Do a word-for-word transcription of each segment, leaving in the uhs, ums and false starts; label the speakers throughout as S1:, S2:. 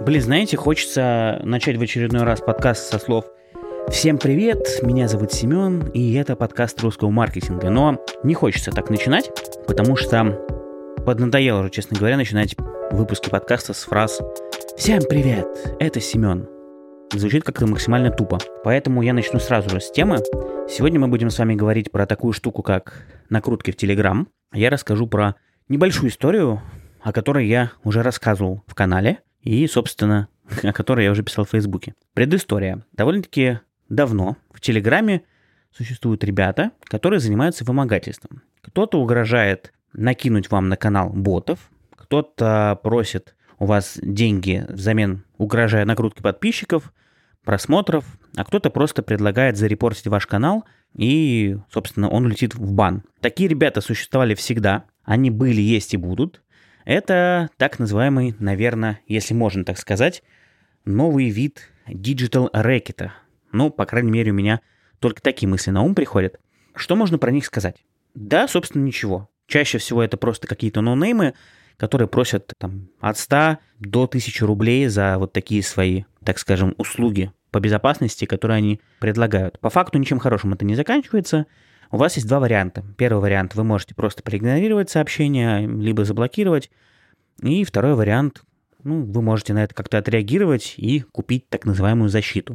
S1: Блин, знаете, хочется начать в очередной раз подкаст со слов «Всем привет, меня зовут Семен, и это подкаст русского маркетинга». Но не хочется так начинать, потому что поднадоело уже, честно говоря, начинать выпуски подкаста с фраз «Всем привет, это Семен». Звучит как-то максимально тупо. Поэтому я начну сразу же с темы. Сегодня мы будем с вами говорить про такую штуку, как накрутки в Telegram. Я расскажу про небольшую историю, о которой я уже рассказывал в канале, и, собственно, о которой я уже писал в Фейсбуке. Предыстория. Довольно-таки давно в Телеграме существуют ребята, которые занимаются вымогательством. Кто-то угрожает накинуть вам на канал ботов, кто-то просит у вас деньги взамен, угрожая накрутке подписчиков, просмотров, а кто-то просто предлагает зарепортить ваш канал, и, собственно, он улетит в бан. Такие ребята существовали всегда, они были, есть и будут. Это так называемый, наверное, если можно так сказать, новый вид диджитал-рэкета. Ну, по крайней мере, у меня только такие мысли на ум приходят. Что можно про них сказать? Да, собственно, ничего. Чаще всего это просто какие-то ноунеймы, которые просят там, от ста до тысячи рублей за вот такие свои, так скажем, услуги по безопасности, которые они предлагают. По факту ничем хорошим это не заканчивается. У вас есть два варианта. Первый вариант — вы можете просто проигнорировать сообщение, либо заблокировать. И второй вариант, ну, вы можете на это как-то отреагировать и купить так называемую защиту.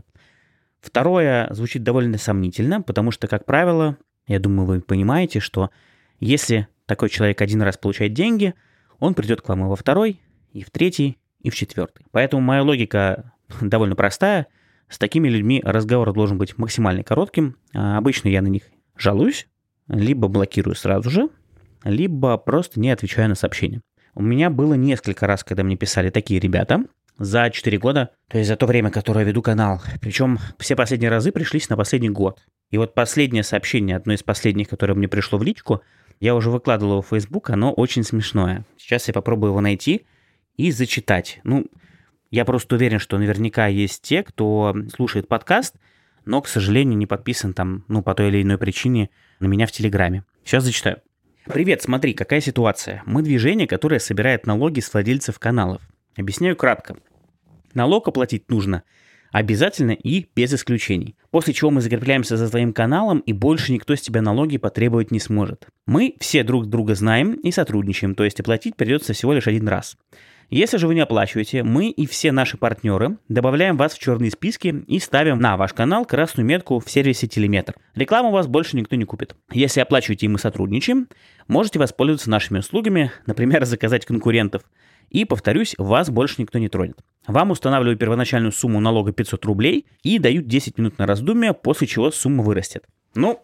S1: Второе звучит довольно сомнительно, потому что, как правило, я думаю, вы понимаете, что если такой человек один раз получает деньги, он придет к вам и во второй, и в третий, и в четвертый. Поэтому моя логика довольно простая. С такими людьми разговор должен быть максимально коротким. Обычно я на них жалуюсь, либо блокирую сразу же, либо просто не отвечаю на сообщения. У меня было несколько раз, когда мне писали такие ребята за четыре года, то есть за то время, которое я веду канал. Причем все последние разы пришлись на последний год. И вот последнее сообщение, одно из последних, которое мне пришло в личку, я уже выкладывал его в Facebook, оно очень смешное. Сейчас я попробую его найти и зачитать. Ну, я просто уверен, что наверняка есть те, кто слушает подкаст, но, к сожалению, не подписан там, ну, по той или иной причине на меня в Телеграме. Сейчас зачитаю. Привет, смотри, какая ситуация. Мы движение, которое собирает налоги с владельцев каналов. Объясняю кратко. Налог оплатить нужно обязательно и без исключений. После чего мы закрепляемся за твоим каналом, и больше никто с тебя налоги потребовать не сможет. Мы все друг друга знаем и сотрудничаем, то есть оплатить придется всего лишь один раз. Если же вы не оплачиваете, мы и все наши партнеры добавляем вас в черные списки и ставим на ваш канал красную метку в сервисе Телеметр. Рекламу у вас больше никто не купит. Если оплачиваете и мы сотрудничаем, можете воспользоваться нашими услугами, например, заказать конкурентов. И, повторюсь, вас больше никто не тронет. Вам устанавливают первоначальную сумму налога пятьсот рублей и дают десять минут на раздумье, после чего сумма вырастет. Ну,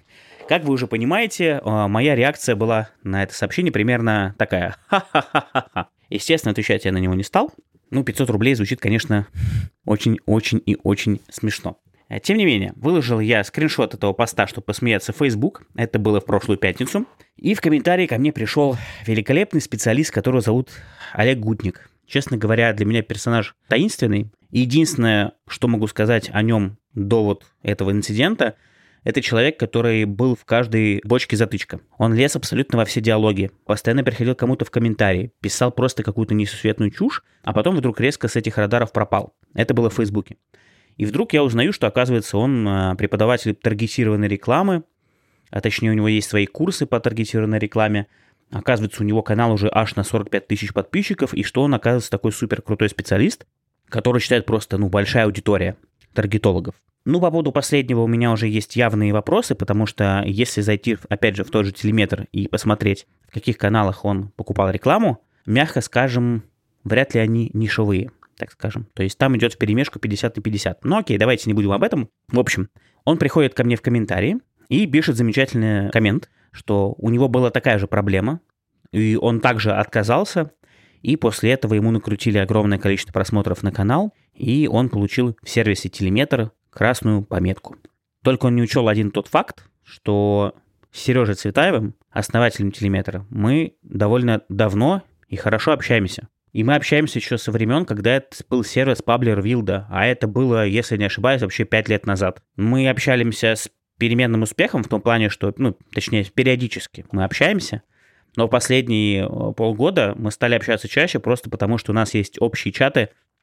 S1: как вы уже понимаете, моя реакция была на это сообщение примерно такая. Ха-ха-ха-ха-ха. Естественно, отвечать я на него не стал. Ну, пятьсот рублей звучит, конечно, очень-очень и очень смешно. Тем не менее, выложил я скриншот этого поста, чтобы посмеяться, в Facebook. Это было в прошлую пятницу. И в комментарии ко мне пришел великолепный специалист, которого зовут Олег Гутник. Честно говоря, для меня персонаж таинственный. И единственное, что могу сказать о нем до вот этого инцидента, это человек, который был в каждой бочке затычка. Он лез абсолютно во все диалоги, постоянно переходил к кому-то в комментарии, писал просто какую-то несусветную чушь, а потом вдруг резко с этих радаров пропал. Это было в Фейсбуке. И вдруг я узнаю, что, оказывается, он преподаватель таргетированной рекламы, а точнее у него есть свои курсы по таргетированной рекламе. Оказывается, у него канал уже аж на сорок пять тысяч подписчиков, и что он, оказывается, такой супер крутой специалист, который считает просто, ну, большая аудитория таргетологов. Ну, по поводу последнего у меня уже есть явные вопросы, потому что если зайти, опять же, в тот же Телеметр и посмотреть, в каких каналах он покупал рекламу, мягко скажем, вряд ли они нишевые, так скажем. То есть там идет вперемешку пятьдесят на пятьдесят. Ну окей, давайте не будем об этом. В общем, он приходит ко мне в комментарии и пишет замечательный коммент, что у него была такая же проблема, и он также отказался, и после этого ему накрутили огромное количество просмотров на канал, и он получил в сервисе Телеметр красную пометку. Только он не учел один тот факт, что с Сережей Цветаевым, основателем Телеметра, мы довольно давно и хорошо общаемся. И мы общаемся еще со времен, когда это был сервис Pabler Wilda, а это было, если не ошибаюсь, вообще пять лет назад. Мы общаемся с переменным успехом в том плане, что, ну, точнее, периодически мы общаемся, но в последние полгода мы стали общаться чаще просто потому, что у нас есть общие чаты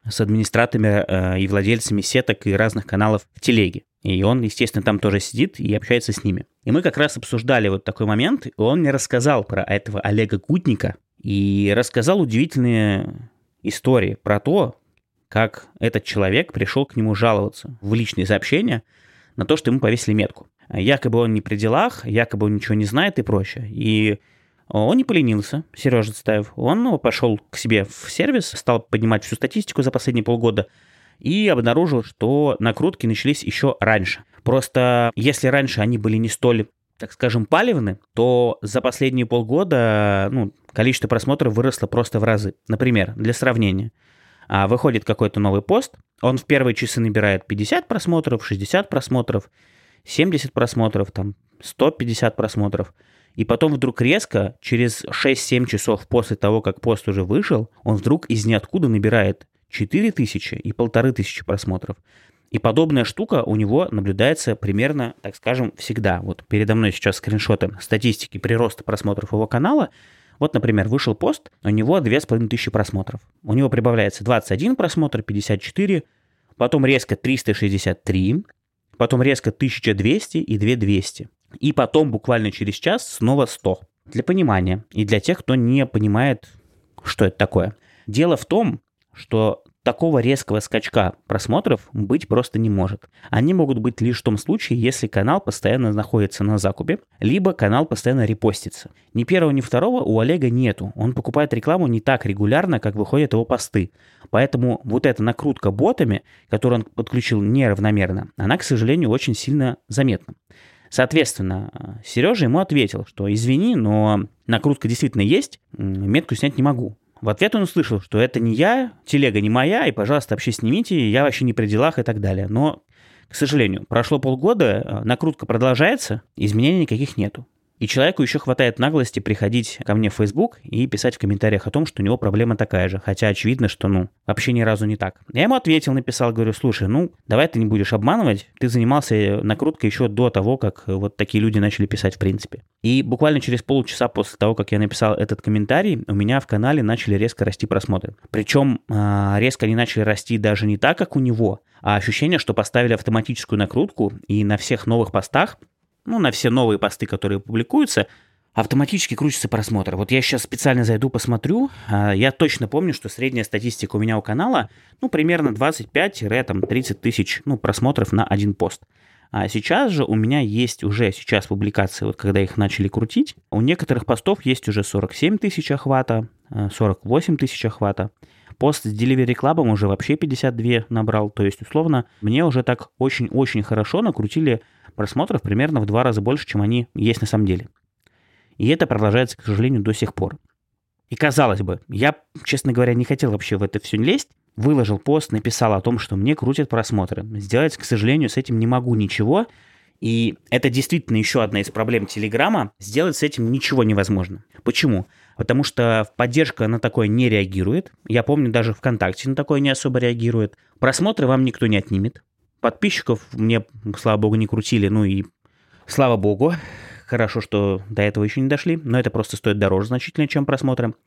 S1: с администраторами э, и владельцами сеток и разных каналов в телеге. И он, естественно, там тоже сидит и общается с ними. И мы как раз обсуждали вот такой момент, и он мне рассказал про этого Олега Гутника и рассказал удивительные истории про то, как этот человек пришел к нему жаловаться в личные сообщения на то, что ему повесили метку. Якобы он не при делах, якобы он ничего не знает и прочее. И он не поленился, Сережа Цветаев. Он пошел к себе в сервис, стал поднимать всю статистику за последние полгода и обнаружил, что накрутки начались еще раньше. Просто если раньше они были не столь, так скажем, палевны, то за последние полгода ну, количество просмотров выросло просто в разы. Например, для сравнения, выходит какой-то новый пост, он в первые часы набирает пятьдесят просмотров, шестьдесят просмотров, семьдесят просмотров, там, сто пятьдесят просмотров. И потом вдруг резко, через шесть-семь часов после того, как пост уже вышел, он вдруг из ниоткуда набирает четыре тысячи и полторы тысячи просмотров. И подобная штука у него наблюдается примерно, так скажем, всегда. Вот передо мной сейчас скриншоты статистики прироста просмотров его канала. Вот, например, вышел пост, у него две с половиной тысячи просмотров. У него прибавляется двадцать один просмотр, пятьдесят четыре, потом резко триста шестьдесят три, потом резко тысяча двести и две тысячи двести. И потом буквально через час снова сто. Для понимания и для тех, кто не понимает, что это такое. Дело в том, что такого резкого скачка просмотров быть просто не может. Они могут быть лишь в том случае, если канал постоянно находится на закупе, либо канал постоянно репостится. Ни первого, ни второго у Олега нету. Он покупает рекламу не так регулярно, как выходят его посты. Поэтому вот эта накрутка ботами, которую он подключил неравномерно, она, к сожалению, очень сильно заметна. Соответственно, Сережа ему ответил, что извини, но накрутка действительно есть, метку снять не могу. В ответ он услышал, что это не я, телега не моя, и, пожалуйста, вообще снимите, я вообще не при делах и так далее. Но, к сожалению, прошло полгода, накрутка продолжается, изменений никаких нету. И человеку еще хватает наглости приходить ко мне в Facebook и писать в комментариях о том, что у него проблема такая же, хотя очевидно, что, ну, вообще ни разу не так. Я ему ответил, написал, говорю, слушай, ну, давай ты не будешь обманывать, ты занимался накруткой еще до того, как вот такие люди начали писать в принципе. И буквально через полчаса после того, как я написал этот комментарий, у меня в канале начали резко расти просмотры. Причем резко они начали расти даже не так, как у него, а ощущение, что поставили автоматическую накрутку, и на всех новых постах, ну, на все новые посты, которые публикуются, автоматически крутится просмотр. Вот я сейчас специально зайду, посмотрю. Я точно помню, что средняя статистика у меня у канала, ну, примерно двадцать пять-тридцать тысяч ну, просмотров на один пост. А сейчас же у меня есть уже сейчас публикации, вот когда их начали крутить. У некоторых постов есть уже сорок семь тысяч охвата, сорок восемь тысяч охвата. Пост с Delivery Club уже вообще пятьдесят два набрал. То есть, условно, мне уже так очень-очень хорошо накрутили просмотров примерно в два раза больше, чем они есть на самом деле. И это продолжается, к сожалению, до сих пор. И казалось бы, я, честно говоря, не хотел вообще в это все лезть. Выложил пост, написал о том, что мне крутят просмотры. Сделать, к сожалению, с этим не могу ничего. И это действительно еще одна из проблем Телеграма. Сделать с этим ничего невозможно. Почему? Потому что поддержка на такое не реагирует. Я помню, даже ВКонтакте на такое не особо реагирует. Просмотры вам никто не отнимет. Подписчиков мне, слава богу, не крутили. Ну и слава богу. Хорошо, что до этого еще не дошли. Но это просто стоит дороже значительно, чем просмотры.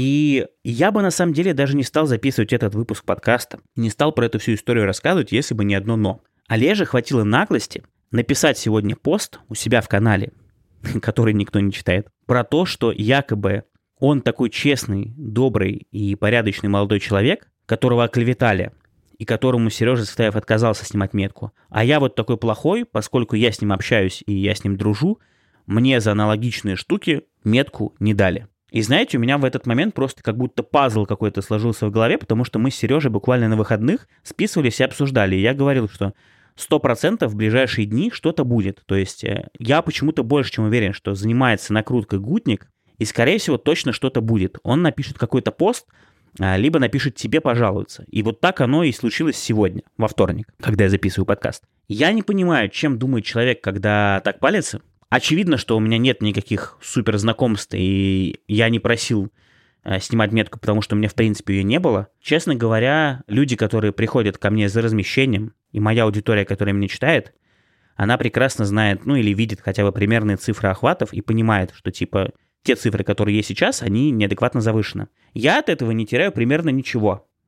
S1: И я бы на самом деле даже не стал записывать этот выпуск подкаста. Не стал про эту всю историю рассказывать, если бы не одно «но». Олеже хватило наглости написать сегодня пост у себя в канале, который никто не читает, про то, что якобы он такой честный, добрый и порядочный молодой человек, которого оклеветали, и которому Сережа Цветаев отказался снимать метку. А я вот такой плохой, поскольку я с ним общаюсь и я с ним дружу, мне за аналогичные штуки метку не дали. И знаете, у меня в этот момент просто как будто пазл какой-то сложился в голове, потому что мы с Сережей буквально на выходных списывались и обсуждали. И я говорил, что сто процентов в ближайшие дни что-то будет. То есть я почему-то больше чем уверен, что занимается накруткой Гутник, и, скорее всего, точно что-то будет. Он напишет какой-то пост, либо напишет тебе пожалуются. И вот так оно и случилось сегодня, во вторник, когда я записываю подкаст. Я не понимаю, чем думает человек, когда так палится. Очевидно, что у меня нет никаких супер знакомств, и я не просил снимать метку, потому что у меня, в принципе, ее не было. Честно говоря, люди, которые приходят ко мне за размещением, и моя аудитория, которая меня читает, она прекрасно знает, ну или видит хотя бы примерные цифры охватов и понимает, что типа те цифры, которые есть сейчас, они неадекватно завышены. Я от этого не теряю примерно ничего.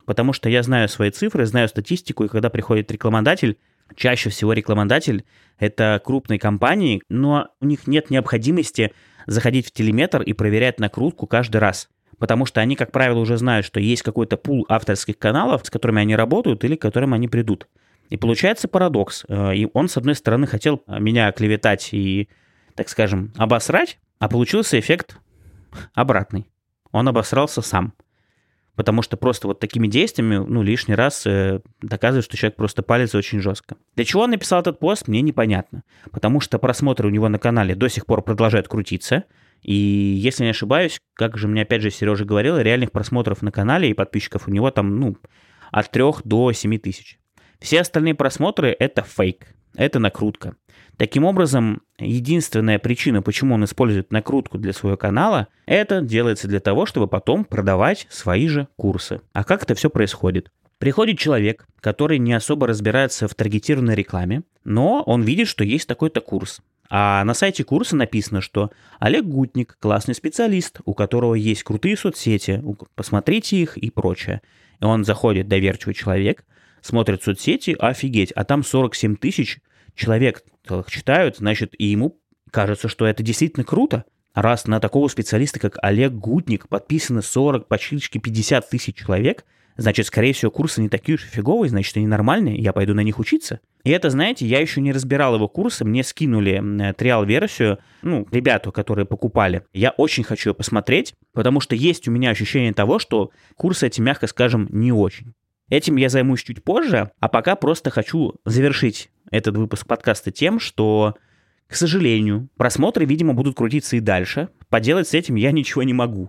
S1: потому что я знаю свои цифры, знаю статистику, и когда приходит рекламодатель, чаще всего рекламодатель — это крупные компании, но у них нет необходимости заходить в телеметр и проверять накрутку каждый раз. Потому что они, как правило, уже знают, что есть какой-то пул авторских каналов, с которыми они работают или к которым они придут. И получается парадокс. И он, с одной стороны, хотел меня оклеветать и, так скажем, обосрать, а получился эффект обратный. Он обосрался сам. Потому что просто вот такими действиями, ну, лишний раз э, доказывает, что человек просто палится очень жестко. Для чего он написал этот пост, мне непонятно. Потому что просмотры у него на канале до сих пор продолжают крутиться. И если не ошибаюсь, как же мне опять же Сережа говорил, реальных просмотров на канале и подписчиков у него там, ну, от трёх до семи тысяч. Все остальные просмотры — это фейк, это накрутка. Таким образом, единственная причина, почему он использует накрутку для своего канала, это делается для того, чтобы потом продавать свои же курсы. А как это все происходит? Приходит человек, который не особо разбирается в таргетированной рекламе, но он видит, что есть такой-то курс. А на сайте курса написано, что Олег Гутник – классный специалист, у которого есть крутые соцсети, посмотрите их и прочее. И он заходит, доверчивый человек, смотрит соцсети, офигеть, а там сорок семь тысяч человек читают, значит, и ему кажется, что это действительно круто. Раз на такого специалиста, как Олег Гутник, подписано сорок, почти пятьдесят тысяч человек, значит, скорее всего, курсы не такие уж и фиговые, значит, они нормальные, я пойду на них учиться. И это, знаете, я еще не разбирал его курсы, мне скинули триал-версию, ну, ребята, которые покупали. Я очень хочу ее посмотреть, потому что есть у меня ощущение того, что курсы эти, мягко скажем, не очень. Этим я займусь чуть позже, а пока просто хочу завершить этот выпуск подкаста тем, что, к сожалению, просмотры, видимо, будут крутиться и дальше. Поделать с этим я ничего не могу.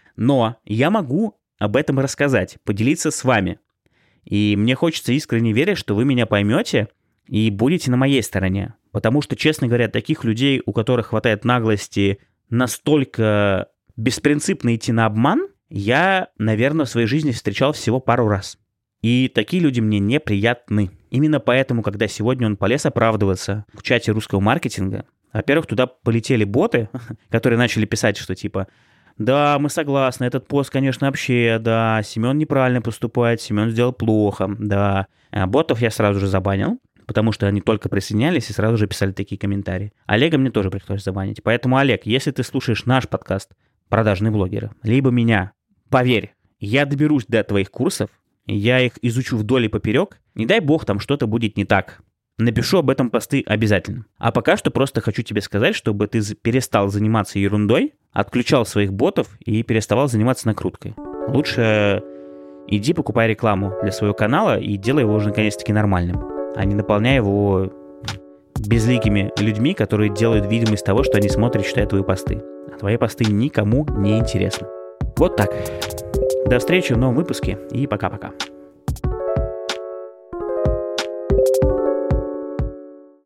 S1: Но я могу об этом рассказать, поделиться с вами. И мне хочется искренне верить, что вы меня поймете и будете на моей стороне. Потому что, честно говоря, таких людей, у которых хватает наглости настолько беспринципно идти на обман, я, наверное, в своей жизни встречал всего пару раз. И такие люди мне неприятны. Именно поэтому, когда сегодня он полез оправдываться в чате русского маркетинга, во-первых, туда полетели боты, которые начали писать, что типа: да, мы согласны, этот пост, конечно, вообще, да, Семен неправильно поступает, Семен сделал плохо, да. А ботов я сразу же забанил, потому что они только присоединялись и сразу же писали такие комментарии. Олега мне тоже пришлось забанить. Поэтому, Олег, если ты слушаешь наш подкаст «Продажные блогеры», либо меня, поверь, я доберусь до твоих курсов, я их изучу вдоль и поперек, не дай бог там что-то будет не так. Напишу об этом посты обязательно. А пока что просто хочу тебе сказать, чтобы ты перестал заниматься ерундой, отключал своих ботов и переставал заниматься накруткой. Лучше иди покупай рекламу для своего канала и делай его уже наконец-таки нормальным, а не наполняй его безликими людьми, которые делают видимость того, что они смотрят и читают твои посты. А твои посты никому не интересны. Вот так. До встречи в новом выпуске и пока-пока.